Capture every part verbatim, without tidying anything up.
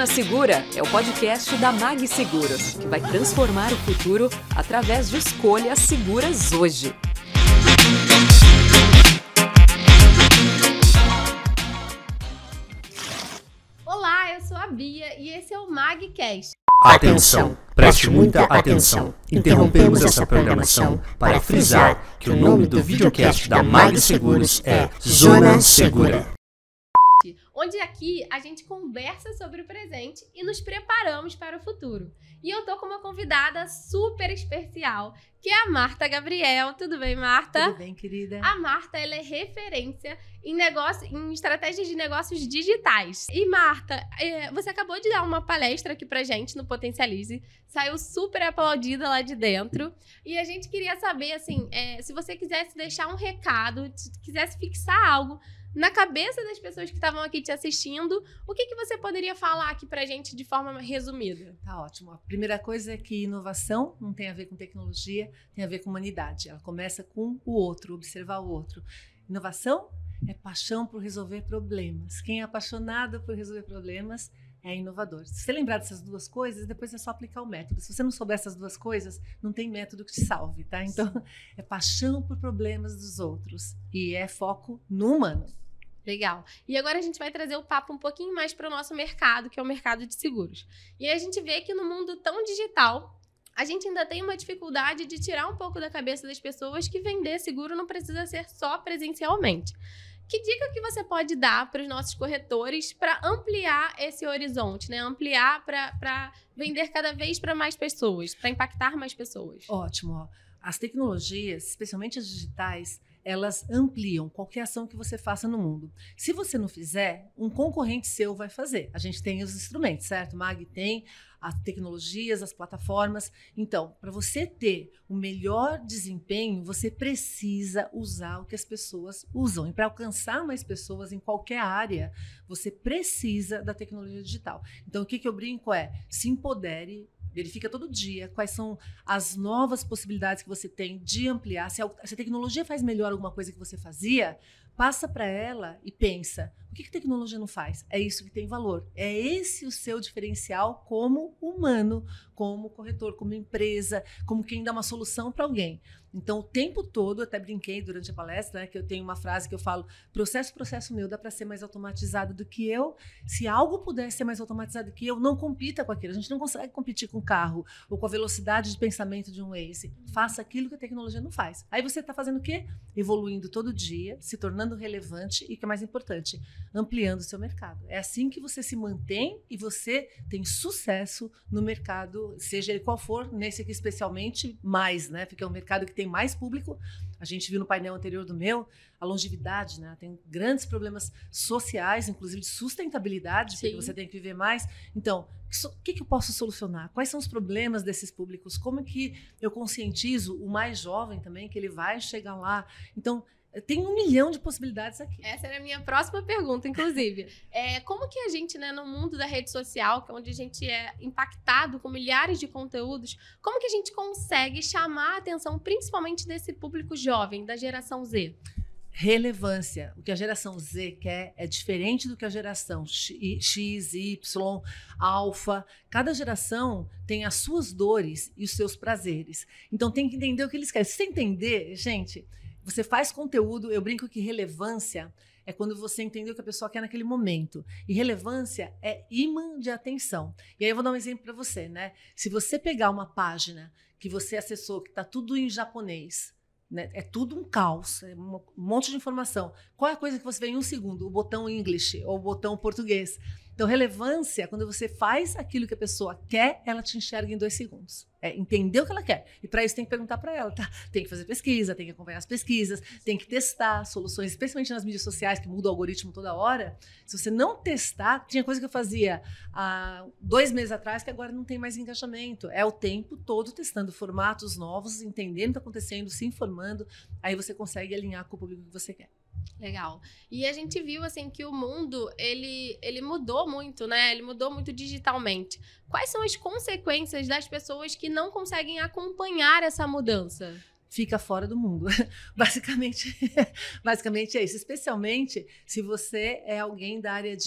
Zona Segura é o podcast da Mag Seguros, que vai transformar o futuro através de escolhas seguras hoje. Olá, eu sou a Bia e esse é o MagCast. Atenção, preste muita atenção. Interrompemos essa programação para frisar que o nome do videocast da Mag Seguros é Zona Segura. Onde aqui a gente conversa sobre o presente e nos preparamos para o futuro. E eu tô com uma convidada super especial, que é a Marta Gabriel. Tudo bem, Marta? Tudo bem, querida. A Marta, ela é referência em, negócio, em estratégias de negócios digitais. E, Marta, é, você acabou de dar uma palestra aqui pra gente no Potencialize. Saiu super aplaudida lá de dentro. E a gente queria saber, assim, é, se você quisesse deixar um recado, se quisesse fixar algo na cabeça das pessoas que estavam aqui te assistindo, o que, que você poderia falar aqui pra gente de forma resumida? Tá ótimo. A primeira coisa é que inovação não tem a ver com tecnologia, tem a ver com humanidade. Ela começa com o outro, observar o outro. Inovação é paixão por resolver problemas. Quem é apaixonado por resolver problemas é inovador. Se você lembrar dessas duas coisas, depois é só aplicar o método. Se você não souber essas duas coisas, não tem método que te salve, tá? Então, é paixão por problemas dos outros e é foco no humano. Legal. E agora a gente vai trazer o papo um pouquinho mais para o nosso mercado, que é o mercado de seguros. E a gente vê que no mundo tão digital, a gente ainda tem uma dificuldade de tirar um pouco da cabeça das pessoas que vender seguro não precisa ser só presencialmente. Que dica que você pode dar para os nossos corretores para ampliar esse horizonte, né? Ampliar para vender cada vez para mais pessoas, para impactar mais pessoas? Ótimo. Ó. As tecnologias, especialmente as digitais, elas ampliam qualquer ação que você faça no mundo. Se você não fizer, um concorrente seu vai fazer. A gente tem os instrumentos, certo? Mag tem as tecnologias, as plataformas. Então, para você ter o melhor desempenho, você precisa usar o que as pessoas usam. E para alcançar mais pessoas em qualquer área, você precisa da tecnologia digital. Então, o que, que eu brinco é, se empodere, verifica todo dia quais são as novas possibilidades que você tem de ampliar. Se a, se a tecnologia faz melhor alguma coisa que você fazia, passa para ela e pensa, o que, que a tecnologia não faz? É isso que tem valor. É esse o seu diferencial como humano, como corretor, como empresa, como quem dá uma solução para alguém. Então, o tempo todo, eu até brinquei durante a palestra, né, que eu tenho uma frase que eu falo, processo, processo meu, dá para ser mais automatizado do que eu. Se algo puder ser mais automatizado do que eu, não compita com aquilo. A gente não consegue competir com o carro ou com a velocidade de pensamento de um Waze. Faça aquilo que a tecnologia não faz. Aí você está fazendo o quê? Evoluindo todo dia, se tornando relevante e, o que é mais importante, ampliando o seu mercado. É assim que você se mantém e você tem sucesso no mercado, seja ele qual for, nesse aqui especialmente mais, né? Porque é um mercado que tem mais público. A gente viu no painel anterior do meu, a longevidade, né? Tem grandes problemas sociais, inclusive de sustentabilidade, Sim. porque você tem que viver mais. Então, o que, que eu posso solucionar? Quais são os problemas desses públicos? Como é que eu conscientizo o mais jovem também, que ele vai chegar lá? Então, tem um milhão de possibilidades aqui. Essa era a minha próxima pergunta, inclusive. É, como que a gente, né, no mundo da rede social, onde a gente é impactado com milhares de conteúdos, como que a gente consegue chamar a atenção, principalmente desse público jovem, da geração Z? Relevância. O que a geração Z quer é diferente do que a geração X, Y, alfa. Cada geração tem as suas dores e os seus prazeres. Então tem que entender o que eles querem. Se você entender, gente... Você faz conteúdo, eu brinco que relevância é quando você entendeu o que a pessoa quer naquele momento. E relevância é imã de atenção. E aí eu vou dar um exemplo para você, né? Se você pegar uma página que você acessou, que está tudo em japonês, né? É tudo um caos, é um monte de informação. Qual é a coisa que você vê em um segundo? O botão English ou o botão português. Então, relevância, quando você faz aquilo que a pessoa quer, ela te enxerga em dois segundos. É entender o que ela quer. E para isso tem que perguntar para ela, tá? Tem que fazer pesquisa, tem que acompanhar as pesquisas, tem que testar soluções, especialmente nas mídias sociais, que muda o algoritmo toda hora. Se você não testar, tinha coisa que eu fazia há dois meses atrás que agora não tem mais engajamento. É o tempo todo testando formatos novos, entendendo o que está acontecendo, se informando. Aí você consegue alinhar com o público que você quer. Legal. E a gente viu, assim, que o mundo, ele, ele mudou muito, né? Ele mudou muito digitalmente. Quais são as consequências das pessoas que não conseguem acompanhar essa mudança? Fica fora do mundo. Basicamente, basicamente é isso. Especialmente se você é alguém da área de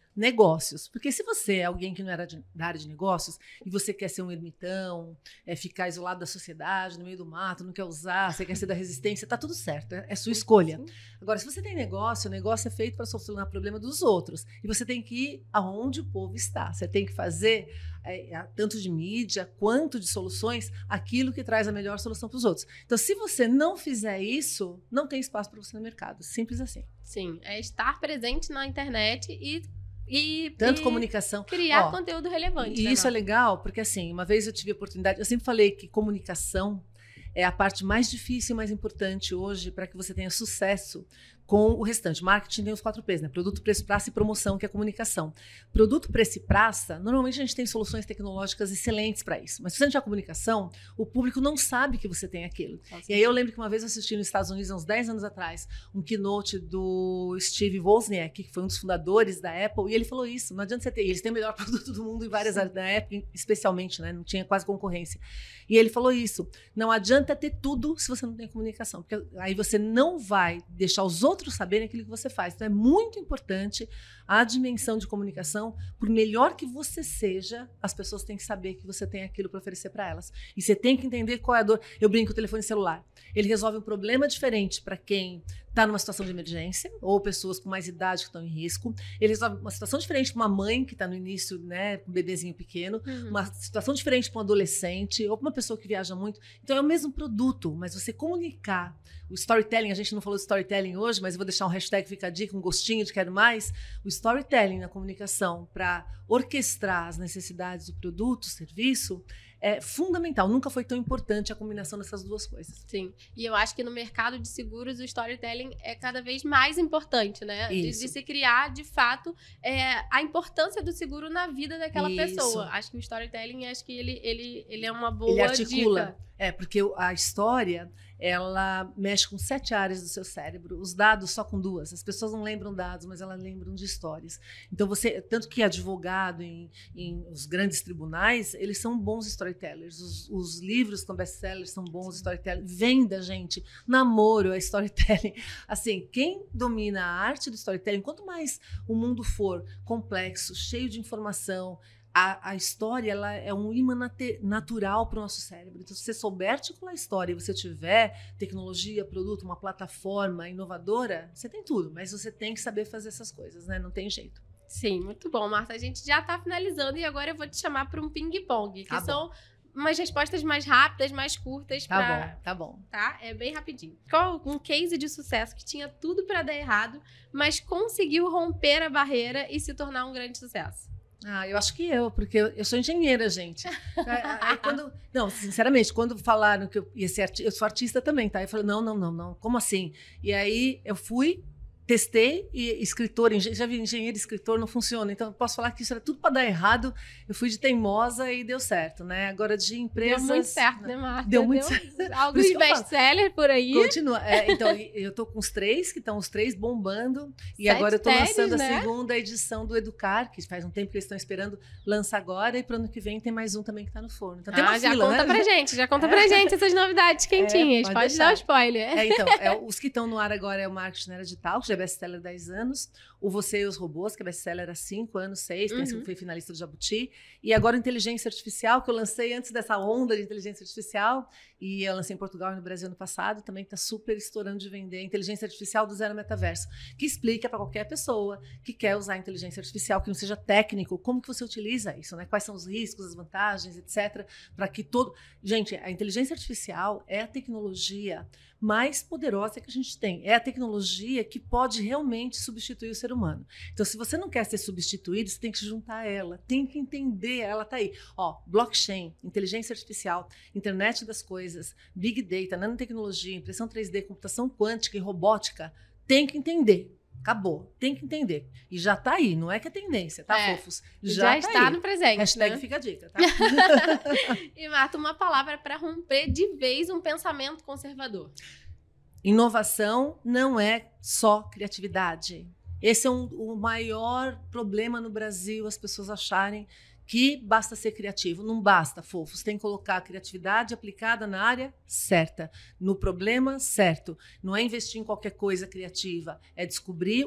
negócios. Porque se você é alguém que não era de, da área de negócios e você quer ser um ermitão, é, ficar isolado da sociedade, no meio do mato, não quer usar, você quer ser da resistência, tá tudo certo, é, é sua escolha. Sim. Agora, se você tem negócio, o negócio é feito para solucionar o problema dos outros. E você tem que ir aonde o povo está. Você tem que fazer, é, tanto de mídia quanto de soluções, aquilo que traz a melhor solução para os outros. Então, se você não fizer isso, não tem espaço para você no mercado. Simples assim. Sim, é estar presente na internet e E, Tanto e comunicação. criar Ó, conteúdo relevante. E né, isso é legal, porque assim, uma vez eu tive a oportunidade, eu sempre falei que comunicação é a parte mais difícil e mais importante hoje para que você tenha sucesso com o restante. Marketing tem os quatro P's, né? Produto, preço, praça e promoção, que é a comunicação. Produto, preço e praça, normalmente a gente tem soluções tecnológicas excelentes para isso. Mas se você não tiver comunicação, o público não sabe que você tem aquilo. Nossa. E aí eu lembro que uma vez eu assisti nos Estados Unidos, há uns dez anos atrás, um keynote do Steve Wozniak, que foi um dos fundadores da Apple, e ele falou isso, não adianta você ter, eles têm o melhor produto do mundo em várias Sim. áreas da Apple, especialmente, né? Não tinha quase concorrência. E ele falou isso, não adianta ter tudo se você não tem comunicação, porque aí você não vai deixar os outros saberem aquilo que você faz. Então é muito importante a dimensão de comunicação. Por melhor que você seja, as pessoas têm que saber que você tem aquilo para oferecer para elas. E você tem que entender qual é a dor. Eu brinco com o telefone celular. Ele resolve um problema diferente para quem está numa situação de emergência, ou pessoas com mais idade que estão em risco. Ele resolve uma situação diferente para uma mãe que está no início, né, com um bebezinho pequeno, uhum. uma situação diferente para um adolescente, ou para uma pessoa que viaja muito. Então é o mesmo produto, mas você comunicar. O storytelling, a gente não falou de storytelling hoje, mas eu vou deixar um hashtag Fica a Dica, um gostinho de quero mais. O storytelling na comunicação para orquestrar as necessidades do produto, serviço, é fundamental. Nunca foi tão importante a combinação dessas duas coisas. Sim. E eu acho que no mercado de seguros o storytelling é cada vez mais importante, né? De, de se criar, de fato, é, a importância do seguro na vida daquela Isso. pessoa. Acho que o storytelling, acho que ele, ele, ele é uma boa ele articula. dica. É, porque a história, ela mexe com sete áreas do seu cérebro. Os dados só com duas. As pessoas não lembram dados, mas elas lembram de histórias. Então, você, tanto que advogado em, em os grandes tribunais, eles são bons storytellers. Os, os livros com best-sellers são bons storytellers. Venda, gente. Namoro é storytelling. Assim, quem domina a arte do storytelling, quanto mais o mundo for complexo, cheio de informação, A, a história ela é um imã nat- natural para o nosso cérebro. Então, se você souber articular a história e você tiver tecnologia, produto, uma plataforma inovadora, você tem tudo, mas você tem que saber fazer essas coisas, né? Não tem jeito. Sim, muito bom, Marta. A gente já está finalizando e agora eu vou te chamar para um ping-pong, que tá são umas respostas mais rápidas, mais curtas. Tá pra... bom, tá bom. Tá? É bem rapidinho. Qual um case de sucesso que tinha tudo para dar errado, mas conseguiu romper a barreira e se tornar um grande sucesso? Ah, eu acho que eu, porque eu, eu sou engenheira, gente. Aí, quando, não, sinceramente, quando falaram que eu ia ser artista, eu sou artista também, tá? Eu falei, não, não, não, não, como assim? E aí eu fui, testei, e escritor, já vi engenheiro e escritor, não funciona. Então, eu posso falar que isso era tudo para dar errado. Eu fui de teimosa e deu certo, né? Agora, de empresas... Deu muito certo, né, Marta? Deu muito deu certo. Alguns best-seller por aí. Continua. É, então, eu tô com os três, que estão os três bombando. E Sete agora eu tô lançando séries, né? a segunda edição do Educar, que faz um tempo que eles estão esperando, lança agora. E para o ano que vem tem mais um também que tá no forno. Então, tem ah, uma já fila, conta né? pra gente, já conta é. pra gente essas novidades quentinhas. É, pode pode dar o spoiler. É, então, é, os que estão no ar agora é o Marketing Era Digital, que já é best-seller há dez anos. O Você e os Robôs, que é best-seller há cinco anos, seis, uhum. foi finalista do Jabuti. E agora o Inteligência Artificial, que eu lancei antes dessa onda de inteligência artificial. E eu lancei em Portugal e no Brasil ano passado. Também está super estourando de vender. Inteligência Artificial do Zero Metaverso. Que explica para qualquer pessoa que quer usar a inteligência artificial, que não seja técnico, como que você utiliza isso, né? Quais são os riscos, as vantagens, etcétera. Para que todo... Gente, a inteligência artificial é a tecnologia mais poderosa que a gente tem. É a tecnologia que pode realmente substituir o ser humano. Então, se você não quer ser substituído, você tem que se juntar a ela, tem que entender, ela está aí. Ó, blockchain, inteligência artificial, internet das coisas, big data, nanotecnologia, impressão três D, computação quântica e robótica, tem que entender. Acabou, tem que entender. E já está aí, não é que é tendência, tá, é, fofos? Já, já tá está aí. no presente, Hashtag né? Fica a Dica, tá? E, Marta, uma palavra para romper de vez um pensamento conservador. Inovação não é só criatividade. Esse é um, o maior problema no Brasil, as pessoas acharem que basta ser criativo. Não basta, fofos. Tem que colocar a criatividade aplicada na área certa, no problema certo. Não é investir em qualquer coisa criativa, é descobrir o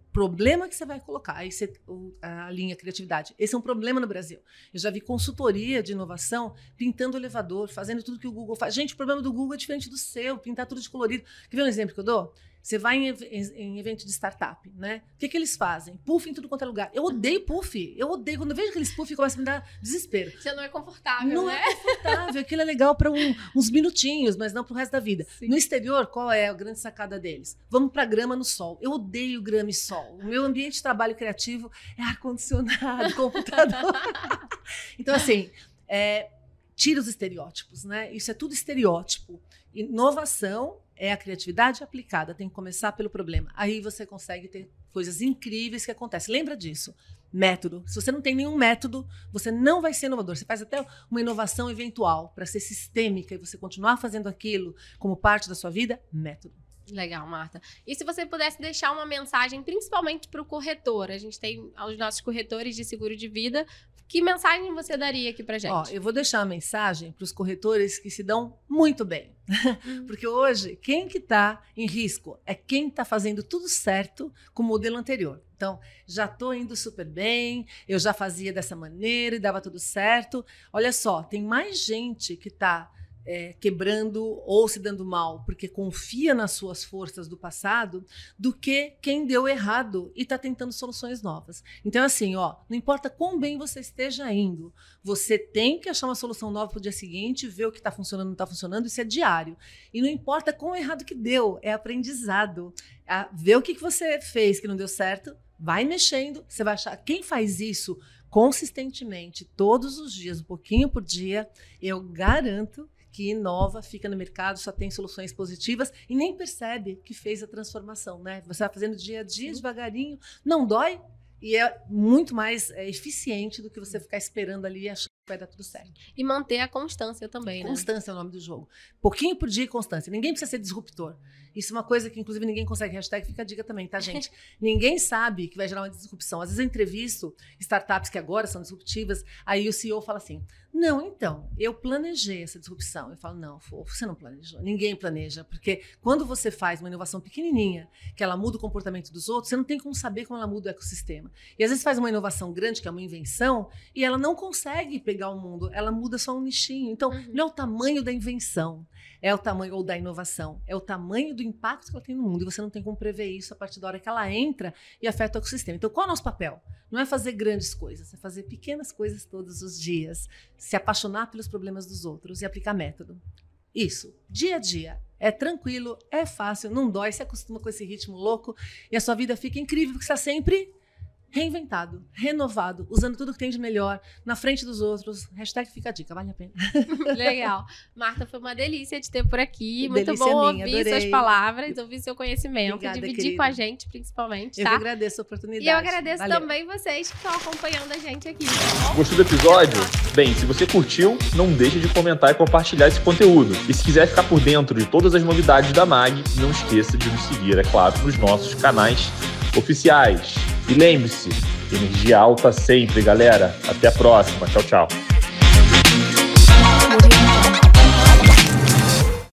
problema que você vai colocar. Aí você, a linha criatividade. Esse é um problema no Brasil. Eu já vi consultoria de inovação pintando elevador, fazendo tudo que o Google faz. Gente, o problema do Google é diferente do seu, pintar tudo de colorido. Quer ver um exemplo que eu dou? Você vai em, em, em evento de startup, né? O que, que eles fazem? Puff em tudo quanto é lugar. Eu odeio puff. Eu odeio. Quando eu vejo aqueles puff, começa a me dar desespero. Você não é confortável, não né? Não é confortável. Aquilo é legal para um, uns minutinhos, mas não para o resto da vida. Sim. No exterior, qual é a grande sacada deles? Vamos para grama no sol. Eu odeio grama e sol. O meu ambiente de trabalho criativo é ar-condicionado, computador. Então, assim, é, tira os estereótipos, né? Isso é tudo estereótipo. Inovação é a criatividade aplicada, tem que começar pelo problema. Aí você consegue ter coisas incríveis que acontecem. Lembra disso? Método. Se você não tem nenhum método, você não vai ser inovador. Você faz até uma inovação eventual para ser sistêmica e você continuar fazendo aquilo como parte da sua vida, método. Legal, Marta. E se você pudesse deixar uma mensagem, principalmente para o corretor? A gente tem os nossos corretores de seguro de vida. Que mensagem você daria aqui pra gente? Ó, eu vou deixar uma mensagem para os corretores que se dão muito bem. Hum. Porque hoje, quem que está em risco é quem está fazendo tudo certo com o modelo anterior. Então, já estou indo super bem, eu já fazia dessa maneira e dava tudo certo. Olha só, tem mais gente que está É, quebrando ou se dando mal porque confia nas suas forças do passado do que quem deu errado e está tentando soluções novas. Então, assim, ó, não importa quão bem você esteja indo, você tem que achar uma solução nova para o dia seguinte, ver o que está funcionando e não está funcionando, isso é diário. E não importa quão errado que deu, é aprendizado. É ver o que, que você fez que não deu certo, vai mexendo, você vai achar. Quem faz isso consistentemente, todos os dias, um pouquinho por dia, eu garanto que inova, fica no mercado, só tem soluções positivas e nem percebe que fez a transformação, né? Você vai fazendo dia a dia, devagarinho, não dói e é muito mais é, eficiente do que você ficar esperando ali e achando que vai dar tudo certo. E manter a constância também, né? Constância é o nome do jogo. Pouquinho por dia e constância. Ninguém precisa ser disruptor. Isso é uma coisa que, inclusive, ninguém consegue. Hashtag fica a dica também, tá, gente? Ninguém sabe que vai gerar uma disrupção. Às vezes eu entrevisto startups que agora são disruptivas, aí o C E O fala assim, não, então, eu planejei essa disrupção. Eu falo, não, fofo, você não planejou. Ninguém planeja, porque quando você faz uma inovação pequenininha, que ela muda o comportamento dos outros, você não tem como saber como ela muda o ecossistema. E às vezes faz uma inovação grande, que é uma invenção, e ela não consegue pegar o mundo, ela muda só um nichinho. Então, uhum. não é o tamanho da invenção, é o tamanho ou da inovação, é o tamanho do impacto que ela tem no mundo, e você não tem como prever isso a partir da hora que ela entra e afeta o ecossistema. Então, qual é o nosso papel? Não é fazer grandes coisas, é fazer pequenas coisas todos os dias, se apaixonar pelos problemas dos outros e aplicar método. Isso, dia a dia. É tranquilo, é fácil, não dói, se acostuma com esse ritmo louco e a sua vida fica incrível, porque você está sempre reinventado, renovado, usando tudo que tem de melhor, na frente dos outros. Hashtag fica a dica, vale a pena. Legal. Marta, foi uma delícia te ter por aqui. Muito delícia bom minha, ouvir adorei. suas palavras, ouvir seu conhecimento, Obrigada, dividir querida. com a gente, principalmente, Eu tá? que agradeço a oportunidade. E eu agradeço Valeu. também vocês que estão acompanhando a gente aqui. Gostou do episódio? Bem, se você curtiu, não deixe de comentar e compartilhar esse conteúdo. E se quiser ficar por dentro de todas as novidades da M A G, não esqueça de nos seguir, é claro, nos nossos canais oficiais. E lembre-se, energia alta sempre, galera. Até a próxima. Tchau, tchau.